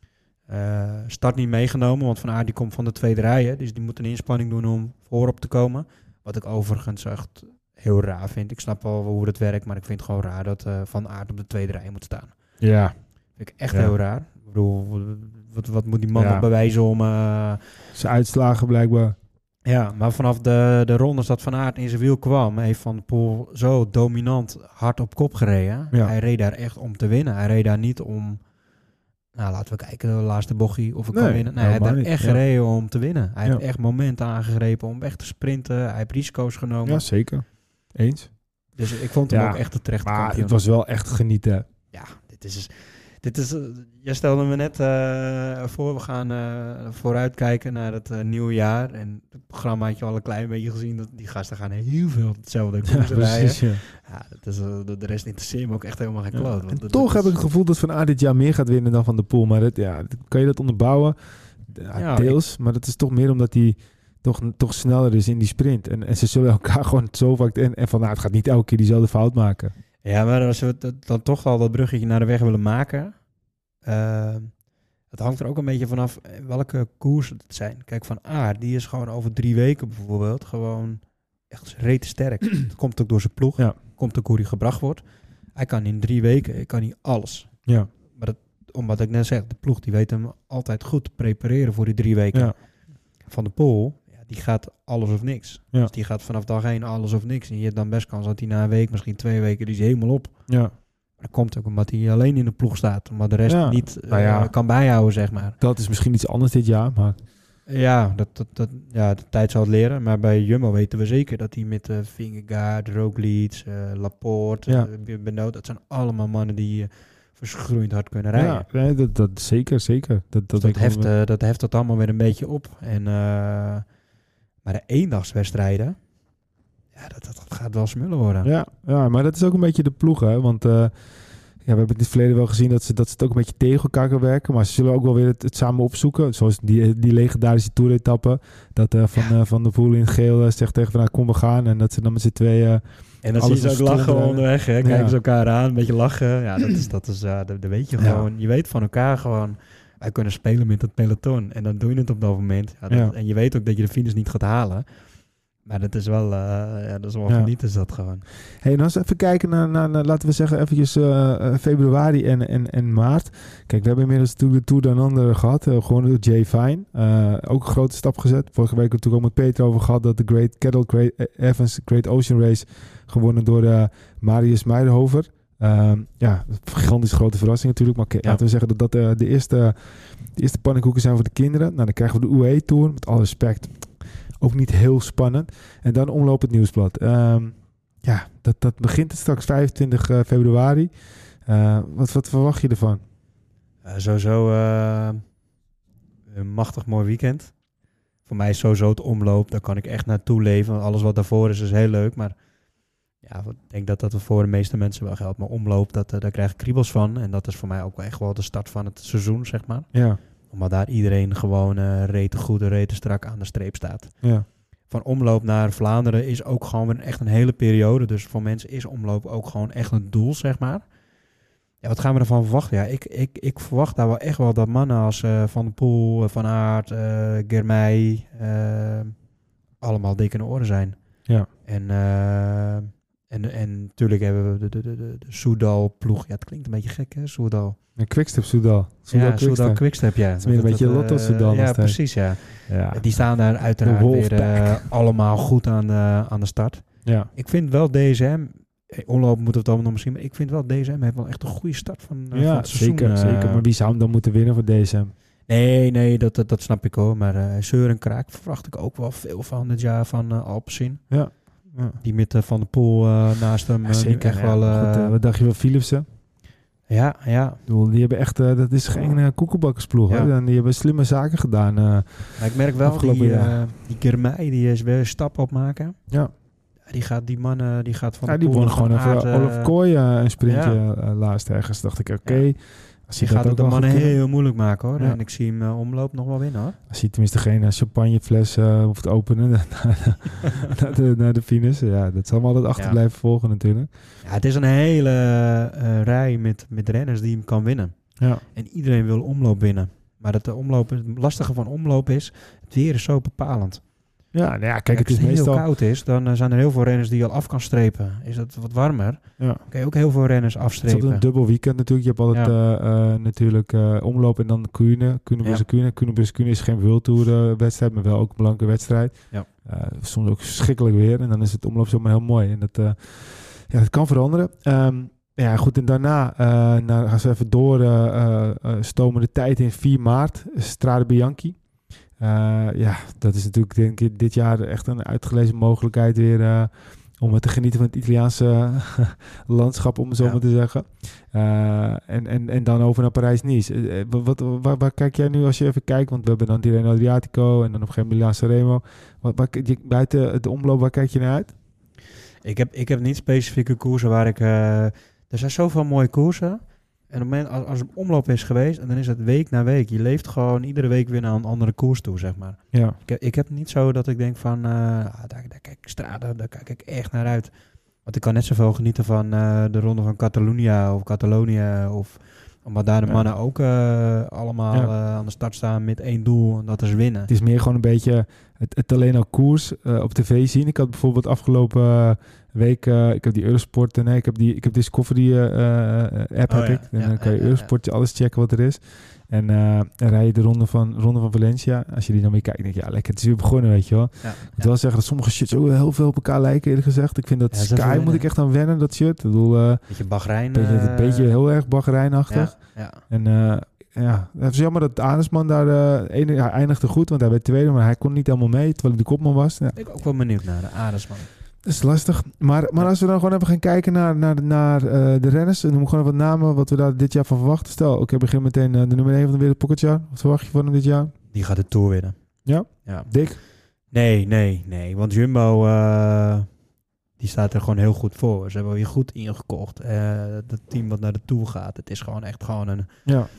Start niet meegenomen, want Van Aert die komt van de tweede rij, dus die moet een inspanning doen om voorop te komen. Wat ik overigens echt heel raar vind. Ik snap wel hoe dat werkt, maar ik vind het gewoon raar dat Van Aert op de tweede rij moet staan. Ja. Vind ik echt heel raar. Ik bedoel, wat moet die man nog bewijzen om... zijn uitslagen blijkbaar. Ja, maar vanaf de rondes dat Van Aert in zijn wiel kwam, heeft Van der Poel zo dominant hard op kop gereden. Ja. Hij reed daar echt om te winnen. Hij reed daar niet om... Nou, laten we kijken, de laatste bochie of ik kan winnen. Nee, hij heeft daar echt gereden om te winnen. Hij heeft echt momenten aangegrepen om echt te sprinten. Hij heeft risico's genomen. Ja, zeker. Eens. Dus ik vond hem ook echt een terechte kampioen. Maar het was wel echt genieten. Ja, dit is jij stelde me net voor, we gaan vooruitkijken naar het nieuwe jaar. En het programma had je al een klein beetje gezien. Dat die gasten gaan heel veel hetzelfde koers rijden. De rest interesseert me ook echt helemaal geen kloot. En toch heb ik het gevoel dat Van Aert dit jaar meer gaat winnen dan Van der Poel. Maar kan je dat onderbouwen? Deels. Maar dat is toch meer omdat hij toch sneller is in die sprint. En ze zullen elkaar gewoon zo vaak... En Van Aert gaat niet elke keer diezelfde fout maken. Ja, maar als we dan toch al dat bruggetje naar de weg willen maken... het hangt er ook een beetje vanaf welke koersen het zijn. Kijk, Van Aert, die is gewoon over 3 weken bijvoorbeeld gewoon echt rete sterk. Dat komt ook door zijn ploeg. Ja. Komt ook hoe hij gebracht wordt. Hij kan in 3 weken alles. Ja. Maar omdat ik net zeg, de ploeg die weet hem altijd goed te prepareren voor die 3 weken. Ja. Van der Poel... Die gaat alles of niks. Ja. Dus die gaat vanaf dag 1 alles of niks. En je hebt dan best kans dat hij na een week, misschien 2 weken, die is helemaal op. Ja. Maar dat komt ook omdat hij alleen in de ploeg staat. Maar de rest niet kan bijhouden, zeg maar. Dat is misschien iets anders dit jaar, maar... Ja, de tijd zal het leren. Maar bij Jumbo weten we zeker dat hij met Vingegaard, Roglic, Laporte, Benoot, dat zijn allemaal mannen die... verschroeiend hard kunnen rijden. Ja, nee, dat zeker. Dat heft dat allemaal weer een beetje op. En... Maar de eendagswedstrijden, Ja, dat gaat wel smullen worden. Ja, maar dat is ook een beetje de ploeg, hè. Want we hebben in het verleden wel gezien dat ze het ook een beetje tegen elkaar kan werken. Maar ze zullen ook wel weer het samen opzoeken. Zoals die legendarische Tour-etappe. Dat Van der Poel in het geel zegt tegen van, kom we gaan. En dat ze dan met z'n tweeën... En dan zie je ze ook lachen onderweg. Hè? Kijken ze elkaar aan, een beetje lachen. Ja, dat weet je gewoon. Je weet van elkaar gewoon... Wij kunnen spelen met het peloton. En dan doe je het op dat moment. En je weet ook dat je de finish niet gaat halen. Maar dat is wel, genieten is dat gewoon. Hey, en als we even kijken naar laten we zeggen, eventjes februari en maart. Kijk, we hebben inmiddels natuurlijk de Tour Down Under gehad. Gewoon door Jay Fine. Ook een grote stap gezet. Vorige week natuurlijk ook met Peter over gehad dat de Great Evans Great Ocean Race gewonnen door Marius Meiderhofer. Gigantisch grote verrassing natuurlijk. Maar laten we zeggen dat de eerste pannenkoeken zijn voor de kinderen. Nou, dan krijgen we de UAE Tour. Met alle respect. Ook niet heel spannend. En dan Omloop het Nieuwsblad. Dat begint het straks 25 februari. Wat verwacht je ervan? Sowieso een machtig mooi weekend. Voor mij is sowieso het omloop. Daar kan ik echt naartoe leven. Alles wat daarvoor is heel leuk. Maar ja, ik denk dat voor de meeste mensen wel geldt. Maar omloop, daar krijg ik kriebels van. En dat is voor mij ook echt wel de start van het seizoen, zeg maar. Ja. Omdat daar iedereen gewoon rete goed en rete strak aan de streep staat. Ja. Van omloop naar Vlaanderen is ook gewoon weer echt een hele periode. Dus voor mensen is omloop ook gewoon echt een doel, zeg maar. Ja, wat gaan we ervan verwachten? Ja, ik verwacht daar wel echt wel dat mannen als Van der Poel, Van Aert, Girmay, allemaal dik in de oren zijn. Ja. En natuurlijk hebben we de Soudal-ploeg. Ja, het klinkt een beetje gek, hè, Soudal. Quickstep Soudal. Soudal Quickstep, ja. Het is meer een beetje Lotto Soudal. Ja, precies, ja. Die staan daar uiteraard weer allemaal goed aan de start. Ja. Ik vind wel DSM... Omloop moeten we het allemaal nog misschien... Maar ik vind wel DSM heeft wel echt een goede start van het seizoen. Zeker. Maar wie zou hem dan moeten winnen voor DSM? Nee, dat snap ik hoor. Maar Søren Kraak verwacht ik ook wel veel van dit jaar van Alpecin. Ja. Die met Van der Poel naast hem zeker, echt wel... Goed, wat dacht je van Philipsen? Ja. Die hebben echt... dat is geen koekenbakkersploeg. Ja. Hoor. Die hebben slimme zaken gedaan. Maar ik merk wel, die Girmay, die is weer een stap opmaken. Ja. Die gaat van de die Poel won gewoon even Olaf Kooi een sprintje laatst ergens. Dacht ik, oké. Die gaat het de mannen heel moeilijk maken hoor. Ja. En ik zie hem omloop nog wel winnen hoor. Als hij tenminste geen champagnefles hoeft openen naar de finish. Ja, dat zal hem altijd achter blijven volgen natuurlijk. Ja, het is een hele rij met renners die hem kan winnen. Ja. En iedereen wil omloop winnen. Maar het lastige van omloop is, het weer is zo bepalend. Ja, kijk, het is als het meestal... heel koud is, dan zijn er heel veel renners die je al af kan strepen. Is het wat warmer, kan je ook heel veel renners afstrepen. Het is een dubbel weekend natuurlijk. Je hebt altijd natuurlijk omloop en dan Kuurne. Kuurne is geen World Tour wedstrijd, maar wel ook een belangrijke wedstrijd. Ja. Soms ook verschrikkelijk weer. En dan is het omloop zomaar heel mooi. En dat kan veranderen. Goed. En daarna gaan ze even door stomen de tijd in 4 maart. Strade Bianchi. Dat is natuurlijk denk ik dit jaar echt een uitgelezen mogelijkheid weer om te genieten van het Italiaanse landschap, om het zo maar te zeggen. En dan over naar Parijs-Nice. Waar kijk jij nu als je even kijkt? Want we hebben dan Tirreno Adriatico en dan op een gegeven moment Milaan-Sanremo. Buiten het omloop, waar kijk je naar uit? Ik heb niet specifieke koersen waar ik... er zijn zoveel mooie koersen. En op het moment als het omloop is geweest, en dan is het week na week. Je leeft gewoon iedere week weer naar een andere koers toe, zeg maar. Ja. Ik heb niet zo dat ik denk van, daar kijk ik Strade, daar kijk ik echt naar uit. Want ik kan net zoveel genieten van de ronde van Catalonië. Omdat daar de mannen ook allemaal aan de start staan met 1 doel. En dat is winnen. Het is meer gewoon een beetje het alleen al koers op tv zien. Ik had bijvoorbeeld afgelopen week... ik heb die Eurosport... ik heb Discovery app. Dan kan je Eurosport alles checken wat er is. En rij je de ronde van Valencia. Als je die dan weer kijkt, denk je, lekker, het is weer begonnen, weet je wel. Ja, ik moet wel zeggen dat sommige shirts ook heel veel op elkaar lijken, eerlijk gezegd. Ik vind dat Sky moet ik echt aan wennen, dat shirt. Ik bedoel, beetje Bahrein. Beetje heel erg Bahrein-achtig. Ja. En het is jammer dat Arendsman daar eindigde goed, want hij werd tweede, maar hij kon niet helemaal mee, terwijl hij de kopman was. Ja. Ik ben ook wel benieuwd naar de Arendsman. Dat is lastig. Maar als we dan gewoon even gaan kijken naar de renners. En noem ik gewoon wat namen wat we daar dit jaar van verwachten. Stel, begin meteen de nummer 1 van de wereld, Pogačar. Wat verwacht je van hem dit jaar? Die gaat de Tour winnen. Ja? Dik? Nee. Want Jumbo... die staat er gewoon heel goed voor. Ze hebben weer goed ingekocht. Het team wat naar de Tour gaat, het is gewoon echt gewoon een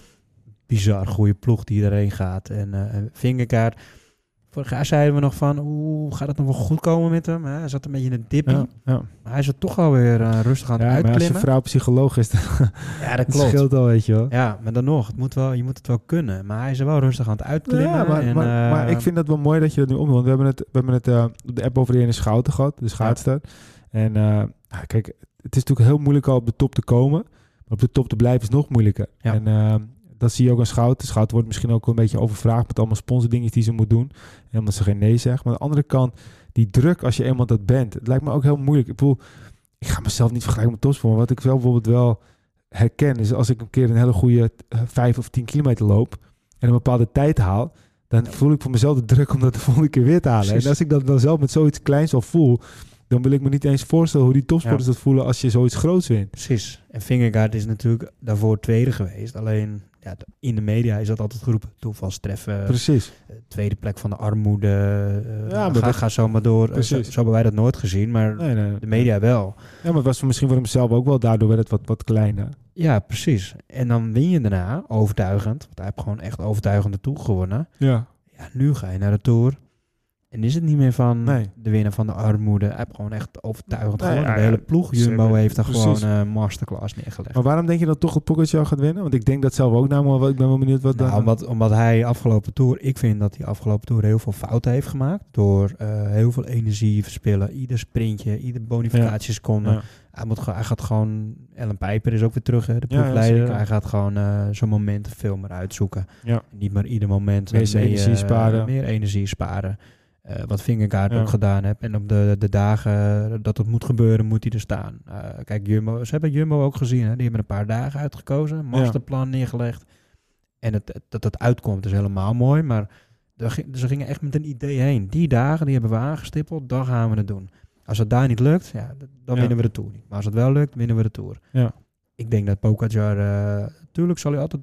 bizar goede ploeg die erheen gaat. En Vingegaard, vorig jaar zeiden we nog van, gaat het nog wel goed komen met hem? Hij zat een beetje in een dippie. Ja. Maar hij is er toch alweer rustig aan het uitklimmen. Maar als je vrouw psycholoog is, ja, dat klopt. Het scheelt al, weet je wel. Ja, maar dan nog, je moet het wel kunnen. Maar hij is er wel rustig aan het uitklimmen. Ja, maar ik vind het wel mooi dat je dat nu omdoet. Want we hebben het op de app over de ene Schouten gehad, de schaatster. En kijk, het is natuurlijk heel moeilijk al op de top te komen. Maar op de top te blijven is nog moeilijker. Ja. En dat zie je ook aan Schouten. Schouten wordt misschien ook een beetje overvraagd met allemaal sponsordingen die ze moet doen. En omdat ze geen nee zegt. Maar aan de andere kant, die druk als je eenmaal dat bent. Het lijkt me ook heel moeilijk. Ik ga mezelf niet vergelijken met topsport. Maar wat ik wel bijvoorbeeld wel herken is als ik een keer een hele goede 5 of 10 kilometer loop en een bepaalde tijd haal, dan voel ik voor mezelf de druk om dat de volgende keer weer te halen. Precies. En als ik dat dan zelf met zoiets kleins al voel, dan wil ik me niet eens voorstellen hoe die topsporters dat voelen als je zoiets groots wint. Precies. En Vingegaard is natuurlijk daarvoor tweede geweest. Alleen in de media is dat altijd geroepen. Toevalstreffen. Precies. Tweede plek van de armoede. Maar ga zo maar door. Zo hebben wij dat nooit gezien, maar nee. de media wel. Ja, maar het was misschien voor hemzelf ook wel. Daardoor werd het wat kleiner. Ja, precies. En dan win je daarna overtuigend. Want hij heeft gewoon echt overtuigend de Tour gewonnen. Ja, nu ga je naar de Tour. En is het niet meer van de winnaar van de armoede. Hij heeft gewoon echt overtuigend gewonnen. De hele ploeg Jumbo heeft daar gewoon een masterclass neergelegd. Maar waarom denk je dat toch het Pogacar gaat winnen? Want ik denk dat zelf ook namelijk. Ik ben wel benieuwd wat omdat hij afgelopen Tour... Ik vind dat hij afgelopen Tour heel veel fouten heeft gemaakt. Door heel veel energie verspillen. Ieder sprintje, ieder bonificatieseconde. Ja. Hij gaat gewoon... Ellen Pijper is ook weer terug, hè, de ploegleider. Hij gaat gewoon zo'n momenten veel meer uitzoeken. Ja. Niet maar ieder moment meer energie sparen. Wat Vingegaard ook gedaan heeft. En op de dagen dat het moet gebeuren, moet hij er staan. Kijk, ze hebben Jumbo ook gezien. Hè? Die hebben een paar dagen uitgekozen. Masterplan neergelegd. En dat het uitkomt is helemaal mooi. Maar ze gingen echt met een idee heen. Die dagen, die hebben we aangestippeld. Dan gaan we het doen. Als het daar niet lukt, dan winnen we de Tour niet. Maar als het wel lukt, winnen we de Tour. Ja. Ik denk dat Pogacar... Tuurlijk zal hij altijd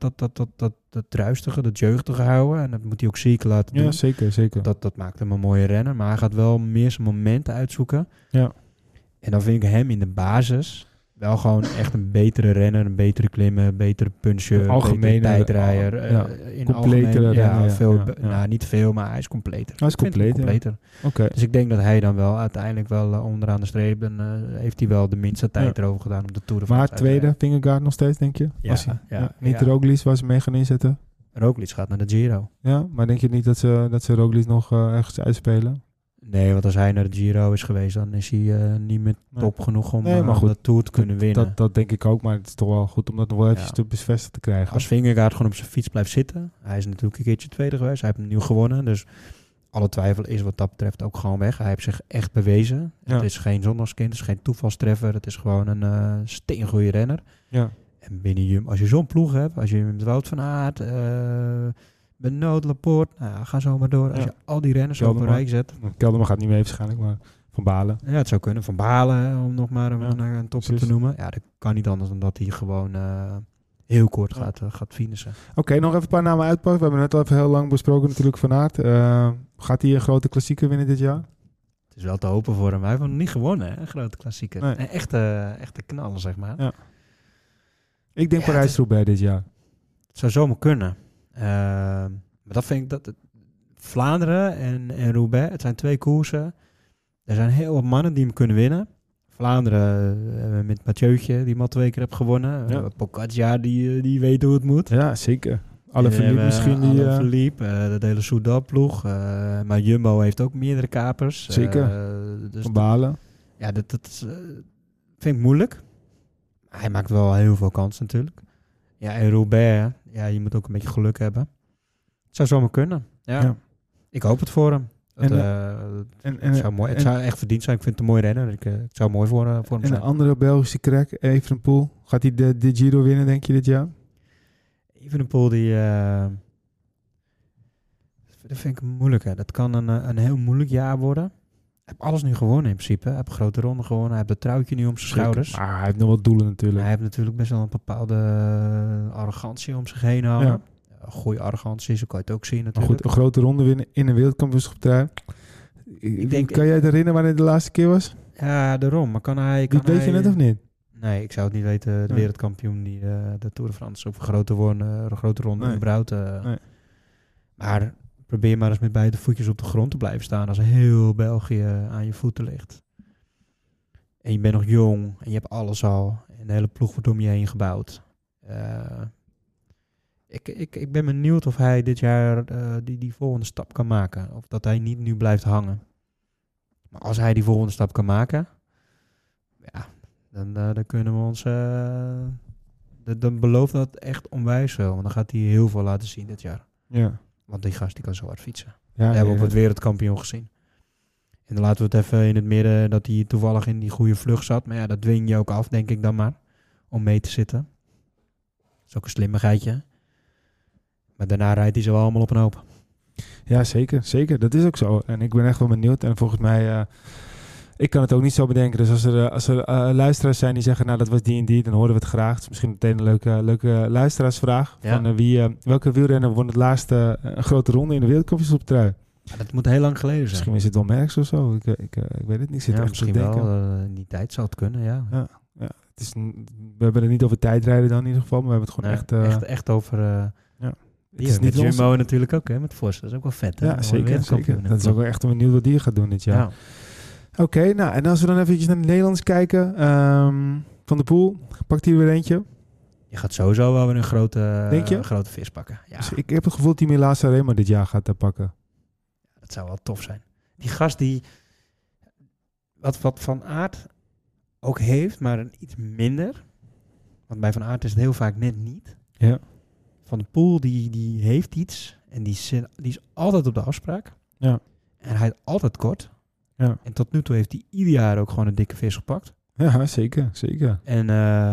dat ruistige, dat jeugdige houden. En dat moet hij ook zeker laten doen. Ja, zeker. Dat maakt hem een mooie renner. Maar hij gaat wel meer zijn momenten uitzoeken. Ja. En dan vind ik hem in de basis wel gewoon echt een betere renner. Een betere klimmer, een betere puncher, algemene tijdrijder. Completere niet veel, maar hij is completer. Hij is completer. Okay. Dus ik denk dat hij dan wel uiteindelijk wel onderaan de streep... heeft hij wel de minste tijd erover gedaan op de Tour de France. Maar tweede, Vingegaard nog steeds, denk je? Niet Roglic waar ze mee gaan inzetten? Roglic gaat naar de Giro. Ja, maar denk je niet dat ze Roglic nog ergens uitspelen? Nee, want als hij naar de Giro is geweest, dan is hij niet meer top genoeg om de Tour te kunnen winnen. Dat denk ik ook, maar het is toch wel goed om dat nog wel even te bevestigd te krijgen. Als Vingegaard gewoon op zijn fiets blijft zitten, hij is natuurlijk een keertje tweede geweest, hij heeft hem nu gewonnen, dus alle twijfel is wat dat betreft ook gewoon weg. Hij heeft zich echt bewezen. Ja. Het is geen zondagskind, het is geen toevalstreffer, het is gewoon een steengoeie renner. Ja. En binnen Jumbo, als je zo'n ploeg hebt, als je met Wout van Aert... Benoot, Laporte, ga zo maar door. Als je al die renners op een rij zet. Kelderman gaat niet mee waarschijnlijk, maar Van Balen. Ja, het zou kunnen. Van Balen, om nog maar een topper te noemen. Ja, dat kan niet anders dan dat hij gewoon heel kort gaat finishen. Oké, nog even een paar namen uitpakken. We hebben net al even heel lang besproken natuurlijk Van Aert. Gaat hij een grote klassieker winnen dit jaar? Het is wel te hopen voor hem. Hij heeft nog niet gewonnen, hè? Een grote klassieker. Nee. Een echte knaller, zeg maar. Ja. Ik denk Parijs-Roubaix dit jaar. Het zou zomaar kunnen. Maar dat vind ik dat Vlaanderen en Roubaix, het zijn 2 koersen. Er zijn heel wat mannen die hem kunnen winnen. Vlaanderen met Mathieu'tje, die hem al 2 keer heeft gewonnen. Ja. Pogacar, die weet hoe het moet. Ja, zeker. Alaphilippe misschien. Alaphilippe, de hele Soudal-ploeg. Maar Jumbo heeft ook meerdere kapers. Zeker. Dus Balen. Ja, dat vind ik moeilijk. Hij maakt wel heel veel kans natuurlijk. Ja, en Roubaix, je moet ook een beetje geluk hebben. Het zou zomaar kunnen. Ja. Ik hoop het voor hem. Het zou mooi. Het zou echt verdiend zijn. Ik vind het een mooi renner. Het zou mooi voor hem zijn. En een andere Belgische crack, Evenepoel. Gaat hij de Giro winnen, denk je, dit jaar? Evenepoel, dat vind ik moeilijk. Hè. Dat kan een heel moeilijk jaar worden. Hij heeft alles nu gewonnen in principe. Hij heeft een grote ronde gewonnen. Hij heeft het truitje nu om zijn schouders. Maar hij heeft nog wat doelen natuurlijk. Hij heeft natuurlijk best wel een bepaalde arrogantie om zich heen houden. Ja. Goeie arrogantie, zo kan je het ook zien natuurlijk. Maar goed, een grote ronde winnen in een wereldkampioenschaptrui. Kan jij het herinneren wanneer de laatste keer was? Ja, daarom. Maar kan hij... Weet je het of niet? Nee, ik zou het niet weten. De Nee. wereldkampioen die de Tour de France of grote ronde Nee. überhaupt. Nee. Maar probeer maar eens met beide voetjes op de grond te blijven staan als heel België aan je voeten ligt. En je bent nog jong en je hebt alles al. En de hele ploeg wordt om je heen gebouwd. Ik ben benieuwd of hij dit jaar die volgende stap kan maken. Of dat hij niet nu blijft hangen. Maar als hij die volgende stap kan maken, ja, dan kunnen we ons... dan belooft dat echt onwijs veel. Want dan gaat hij heel veel laten zien dit jaar. Ja. Want die gast die kan zo hard fietsen. Ja, We hebben op het wereldkampioen gezien. En dan laten we het even in het midden dat hij toevallig in die goede vlucht zat. Maar ja, dat dwing je ook af, denk ik dan maar. Om mee te zitten. Dat is ook een slimmigheidje. Maar daarna rijdt hij ze wel allemaal op een hoop. Ja, zeker. Zeker. Dat is ook zo. En ik ben echt wel benieuwd. En volgens mij... ik kan het ook niet zo bedenken. Dus als er luisteraars zijn die zeggen... Nou, dat was die en die. Dan horen we het graag. Het is misschien meteen een leuke luisteraarsvraag. Ja. Van welke wielrenner won het laatste een grote ronde in de wereldkampioenschapstrui? Ja, dat moet heel lang geleden zijn. Misschien is het wel Merckx of zo. Ik weet het niet. Ik zit Ja, echt misschien te denken. wel. In die tijd zou het kunnen, ja. We hebben het niet over tijdrijden dan in ieder geval. Maar we hebben het gewoon Nee, echt... echt over... het is niet met los. Jumbo natuurlijk ook, hè, met Vos. Dat is ook wel vet, hè? Ja, zeker. Dat is ook wel echt benieuwd wat die gaat doen dit jaar. Ja. Oké, nou en als we dan eventjes naar de Nederlanders kijken. Van der Poel, pakt hij er weer eentje? Je gaat sowieso wel weer een Denk je? grote vis pakken. Ja, Dus ik heb het gevoel dat hij Milan Sanremo dit jaar gaat pakken. dat zou wel tof zijn. Die gast die... Wat Van Aert ook heeft, maar iets minder. Want bij Van Aert is het heel vaak net niet. Ja. Van der Poel, die heeft iets. En die is altijd op de afspraak. Ja. En hij rijdt altijd kort. Ja. En tot nu toe heeft hij ieder jaar ook gewoon een dikke vis gepakt. Ja, zeker. En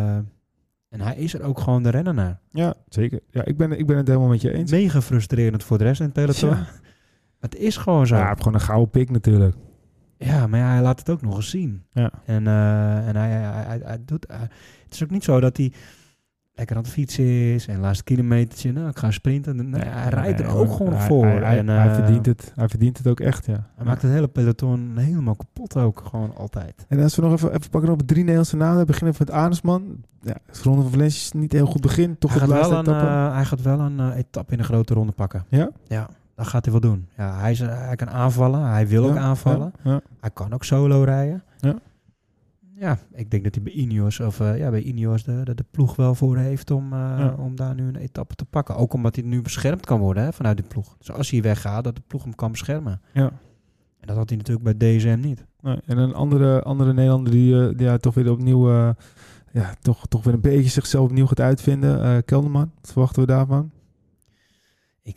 hij is er ook gewoon de renner naar. Ja, zeker. Ja, ik ben het helemaal met je eens. Mega frustrerend voor de rest in het peloton. Ja. Maar het is gewoon zo. Ja, hij heeft gewoon een gouden pik natuurlijk. Ja, maar ja, hij laat het ook nog eens zien. Ja. En hij doet... het is ook niet zo dat hij lekker aan het fietsen is en laatste kilometertje, nou, ik ga sprinten. Nee, hij rijdt er ook gewoon voor. Hij verdient het. Hij verdient het ook echt, ja. Hij maakt het hele peloton helemaal kapot ook, gewoon altijd. En als we nog even pakken op 3 Nederlandse namen, dan beginnen we met Arendsman. Ja, de Ronde van Valencia is niet een heel goed begin. Toch Hij op de laatste etappe. hij gaat wel een etappe in de grote ronde pakken. Ja? Ja, dat gaat hij wel doen. Ja, hij kan aanvallen, hij wil ook aanvallen. Ja. Hij kan ook solo rijden. Ja. Ja, ik denk dat hij bij Ineos de ploeg wel voor heeft om daar nu een etappe te pakken. Ook omdat hij nu beschermd kan worden, hè, vanuit die ploeg. Dus als hij weggaat, dat de ploeg hem kan beschermen. Ja. En dat had hij natuurlijk bij DSM niet. Nee, en een andere Nederlander die toch weer opnieuw... toch weer een beetje zichzelf opnieuw gaat uitvinden. Kelderman, wat verwachten we daarvan? Ik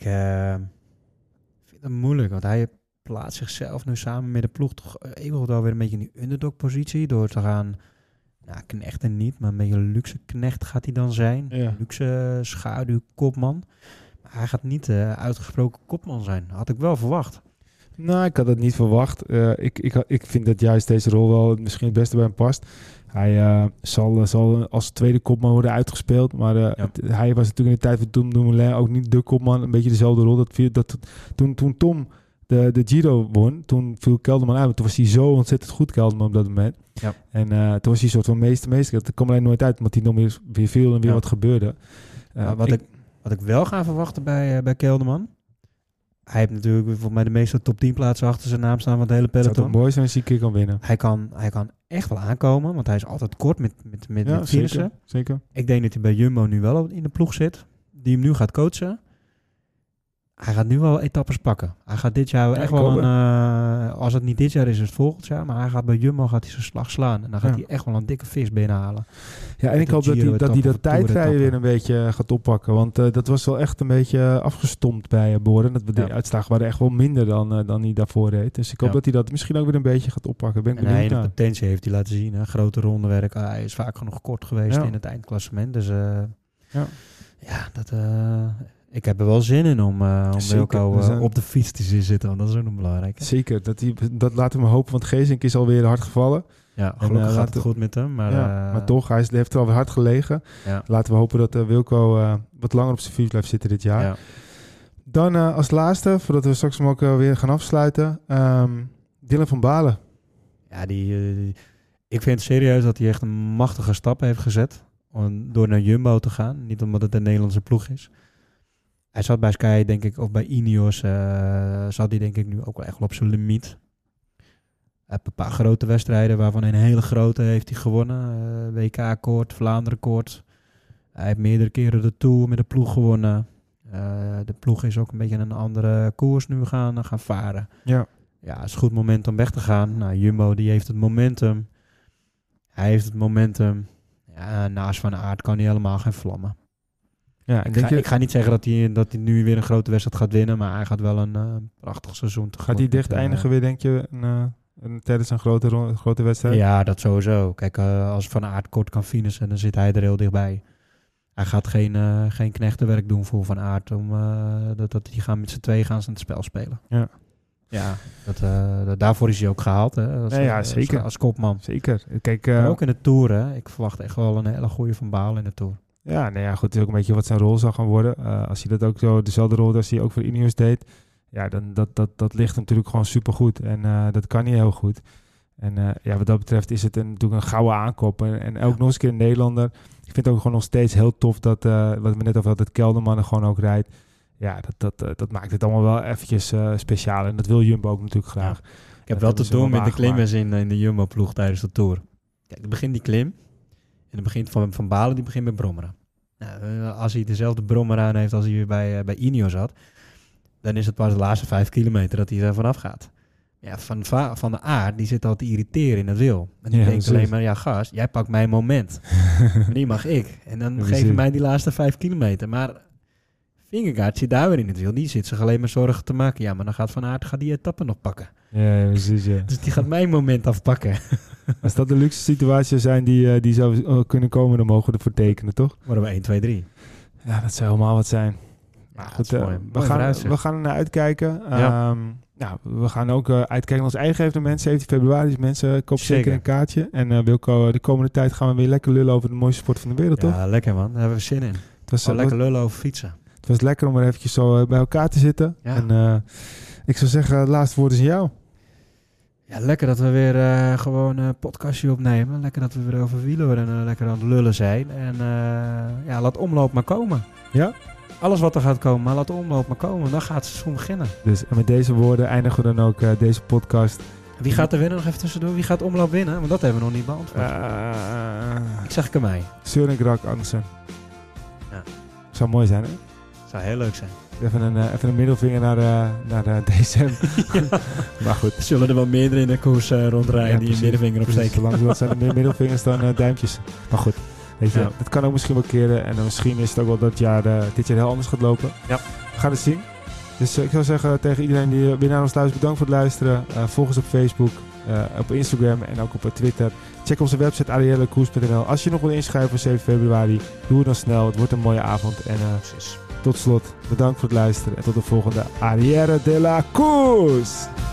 vind het moeilijk, want hij plaatst zichzelf nu samen met de ploeg toch eeuwig wel weer een beetje in die underdog-positie. Door te gaan, nou, knechten niet, maar een beetje een luxe knecht gaat hij dan zijn. Ja. Luxe schaduwkopman. Maar hij gaat niet uitgesproken kopman zijn. Had ik wel verwacht. Nou, ik had het niet verwacht. Ik vind dat juist deze rol wel misschien het beste bij hem past. Hij zal als tweede kopman worden uitgespeeld. Maar hij was natuurlijk in de tijd van Tom Dumoulin ook niet de kopman. Een beetje dezelfde rol. Toen Tom de Giro won, toen viel Kelderman uit. Toen was hij zo ontzettend goed, Kelderman, op dat moment. Ja. En toen was hij een soort van meester. Dat kwam alleen nooit uit, omdat hij nog weer viel en weer wat gebeurde. Wat ik wel ga verwachten bij Kelderman... Hij heeft natuurlijk volgens mij de meeste top 10 plaatsen achter zijn naam staan van het hele peloton. Het zou toch mooi zijn als hij een keer kan winnen. Hij kan echt wel aankomen, want hij is altijd kort met finishen. Zeker. Ik denk dat hij bij Jumbo nu wel in de ploeg zit, die hem nu gaat coachen. Hij gaat nu wel etappes pakken. Hij gaat dit jaar echt wel als het niet dit jaar is het volgend jaar, maar hij gaat bij Jumbo gaat hij zijn slag slaan. En dan gaat hij echt wel een dikke vis binnenhalen. Ja, en ik hoop dat hij dat tijdrijden weer een beetje gaat oppakken. Want dat was wel echt een beetje afgestompt bij Boren. De uitslagen waren echt wel minder dan hij daarvoor deed. Dus ik hoop dat hij dat misschien ook weer een beetje gaat oppakken. Ben ik benieuwd naar. De potentie heeft hij laten zien. Hè? Grote rondewerk. Hij is vaak genoeg kort geweest in het eindklassement. Dus ik heb er wel zin in om Wilco op de fiets te zien zitten. Want dat is ook nog belangrijk. Hè? Zeker, dat laten we hopen. Want Geesink is alweer hard gevallen. Ja, gelukkig gaat het goed met hem. Maar toch, hij heeft er alweer hard gelegen. Ja. Laten we hopen dat Wilco wat langer op zijn fiets blijft zitten dit jaar. Ja. Dan als laatste, voordat we straks hem ook weer gaan afsluiten. Dylan van Baarle. Ik vind serieus dat hij echt een machtige stap heeft gezet. Door naar Jumbo te gaan. Niet omdat het een Nederlandse ploeg is. Hij zat bij Sky, denk ik, of bij Ineos. Zat hij denk ik nu ook wel echt op zijn limiet. Hij heeft een paar grote wedstrijden, waarvan een hele grote heeft hij gewonnen. WK-koord, Vlaanderen-koord. Hij heeft meerdere keren de Tour met de ploeg gewonnen. De ploeg is ook een beetje een andere koers nu gaan varen. Ja. Ja, het is een goed moment om weg te gaan. Nou, Jumbo die heeft het momentum. Hij heeft het momentum. Ja, naast Van Aert kan hij helemaal geen vlammen. Ja, Ik ga niet zeggen dat hij nu weer een grote wedstrijd gaat winnen, maar hij gaat wel een prachtig seizoen tegemoet. Gaat hij dicht eindigen weer, denk je, tijdens een grote wedstrijd? Ja, dat sowieso. Kijk, als Van Aert kort kan finishen, dan zit hij er heel dichtbij. Hij gaat geen knechtenwerk doen voor Van Aert. Dat die gaan met z'n twee gaan ze het spel spelen. Ja. Ja, daarvoor is hij ook gehaald. Hè, zeker. Als kopman. Zeker. Kijk, Maar ook in de Tour. Hè. Ik verwacht echt wel een hele goede Van Baarle in de Tour. Ja, goed. Het is ook een beetje wat zijn rol zal gaan worden. Als hij dat ook zo, dezelfde rol als hij ook voor Ineos deed. Ja, dan dat ligt hem natuurlijk gewoon supergoed. En dat kan hij heel goed. En wat dat betreft is het natuurlijk een gouden aankoop. En ook nog eens een keer een Nederlander. Ik vind het ook gewoon nog steeds heel tof dat, wat we net over hadden, dat Kelderman er gewoon ook rijdt. Ja, dat maakt het allemaal wel eventjes speciaal. En dat wil Jumbo ook natuurlijk graag. Ja. Ik heb wel te doen met de klimmers in de Jumbo-ploeg tijdens de Tour. Kijk, dan begint die klim. En dan begint Van Baarle, die begint met Brommeren. Nou, als hij dezelfde brommer aan heeft als hij bij Ineos had, dan is het pas de laatste 5 kilometer dat hij er vanaf gaat. Ja, van de Aert, die zit al te irriteren in het wiel. En die denkt alleen maar, ja gast, jij pakt mijn moment. Maar die mag ik. En dan geef je mij die laatste 5 kilometer. Maar Vingegaard zit daar weer in het wiel. Die zit zich alleen maar zorgen te maken. Ja, maar dan gaat Van Aert die etappe nog pakken. Ja, precies, ja. Dus die gaat mijn moment afpakken. Als dat de luxe situaties zijn die zou kunnen komen, dan mogen we ervoor tekenen, toch? Worden we 1, 2, 3. Ja, dat zou helemaal wat zijn. Ja, goed, we gaan er naar uitkijken. Ja. We gaan ook uitkijken naar ons eigen evenement, 17 februari. Dus mensen, koop zeker een kaartje. En Wilco, de komende tijd gaan we weer lekker lullen over de mooiste sport van de wereld, toch? Ja, lekker man. Daar hebben we zin in. Lekker lullen over fietsen. Het was lekker om er eventjes zo bij elkaar te zitten. Ja. En ik zou zeggen, het laatste woord is aan jou. Ja, lekker dat we weer gewoon een podcastje opnemen. Lekker dat we weer over wielen en lekker aan het lullen zijn. En laat omloop maar komen. Ja? Alles wat er gaat komen, maar laat omloop maar komen. Dan gaat het seizoen beginnen. Dus en met deze woorden eindigen we dan ook deze podcast. Wie gaat er winnen? Nog even tussendoor. Wie gaat omloop winnen? Want dat hebben we nog niet beantwoord. Ik zeg Kamei. Søren Kragh Andersen. Ja. Zou mooi zijn, hè? Zou heel leuk zijn. Even een middelvinger naar DSM. Ja. Maar goed. Zullen er wel meerdere in de koers rondrijden die een middelvinger opsteken. Zolang dat zijn de middelvingers dan duimpjes. Maar goed, weet je, dat kan ook misschien wel keren. En dan misschien is het ook wel dat dit jaar heel anders gaat lopen. Ja. We gaan het zien. Dus ik zou zeggen tegen iedereen die weer naar ons luistert, bedankt voor het luisteren. Volg ons op Facebook, op Instagram en ook op Twitter. Check onze website ariellekoers.nl. Als je nog wil inschrijven voor 7 februari, doe het dan snel. Het wordt een mooie avond. En tot slot, bedankt voor het luisteren en tot de volgende Arrière de la Koers!